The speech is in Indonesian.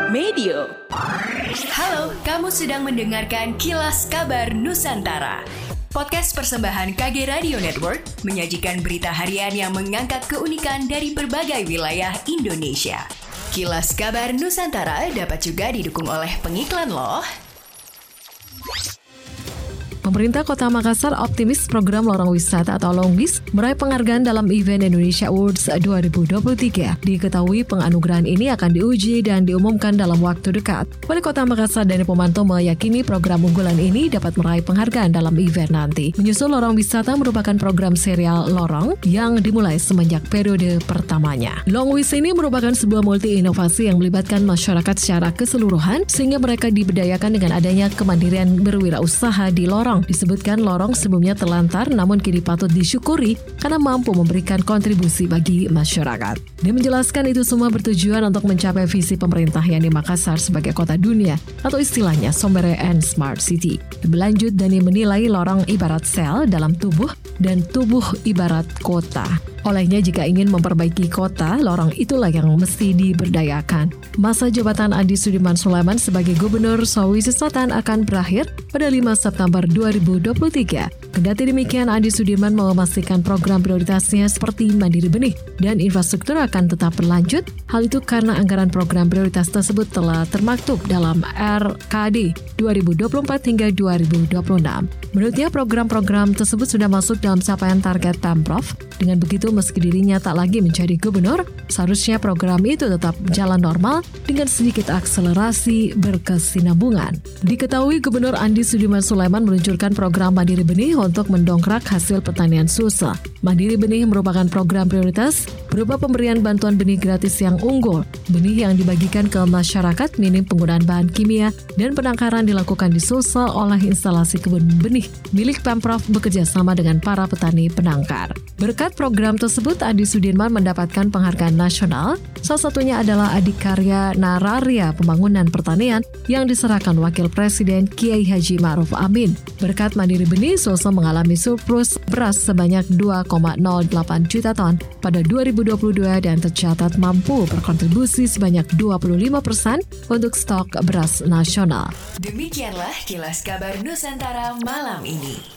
Medio. Halo, kamu sedang mendengarkan Kilas Kabar Nusantara. Podcast persembahan KG Radio Network menyajikan berita harian yang mengangkat keunikan dari berbagai wilayah Indonesia. Kilas Kabar Nusantara dapat juga didukung oleh pengiklan loh. Pemerintah Kota Makassar optimis program Lorong Wisata atau Longbis meraih penghargaan dalam event Indonesia Awards 2023. Diketahui penganugerahan ini akan diuji dan diumumkan dalam waktu dekat. Wali Kota Makassar Dani Pomanto meyakini program unggulan ini dapat meraih penghargaan dalam event nanti. Menyusul Lorong Wisata merupakan program serial Lorong yang dimulai semenjak periode pertamanya. Longbis ini merupakan sebuah multi-inovasi yang melibatkan masyarakat secara keseluruhan sehingga mereka diberdayakan dengan adanya kemandirian berwirausaha di Lorong. Disebutkan Lorong sebelumnya terlantar namun kini patut disyukuri karena mampu memberikan kontribusi bagi masyarakat. Dia menjelaskan itu semua bertujuan untuk mencapai visi pemerintah yang di Makassar sebagai kota dunia atau istilahnya Sombere and Smart City. Lebih lanjut, Dani menilai Lorong ibarat sel dalam tubuh dan tubuh ibarat kota. Olehnya jika ingin memperbaiki kota, Lorong itulah yang mesti diberdayakan. Masa jabatan Andi Sudirman Sulaiman sebagai Gubernur Sulawesi Selatan akan berakhir pada 5 September 2023. Kendati demikian, Andi Sudirman memastikan program prioritasnya seperti Mandiri Benih dan infrastruktur akan tetap berlanjut. Hal itu karena anggaran program prioritas tersebut telah termaktub dalam RKD 2024 hingga 2026. Menurutnya, program-program tersebut sudah masuk dalam capaian target Pemprov. Dengan begitu, meski dirinya tak lagi menjadi gubernur, seharusnya program itu tetap jalan normal dengan sedikit akselerasi berkesinambungan. Diketahui Gubernur Andi Sudirman Sulaiman meluncurkan program Mandiri Benih untuk mendongkrak hasil pertanian sulsel. Mandiri Benih merupakan program prioritas berupa pemberian bantuan benih gratis yang unggul. Benih yang dibagikan ke masyarakat minim penggunaan bahan kimia dan penangkaran dilakukan di sulsel oleh instalasi kebun benih milik Pemprov bekerja sama dengan para petani penangkar. Berkat program tersebut, Andi Sudirman mendapatkan penghargaan nasional. Salah satunya adalah Adikarya Nararia Pembangunan Pertanian yang diserahkan Wakil Presiden Kiai Haji Ma'ruf Amin. Berkat Mandiri Benih, Sulsel mengalami surplus beras sebanyak 2,08 juta ton pada 2022 dan tercatat mampu berkontribusi sebanyak 25% untuk stok beras nasional. Demikianlah Kilas Kabar Nusantara malam ini.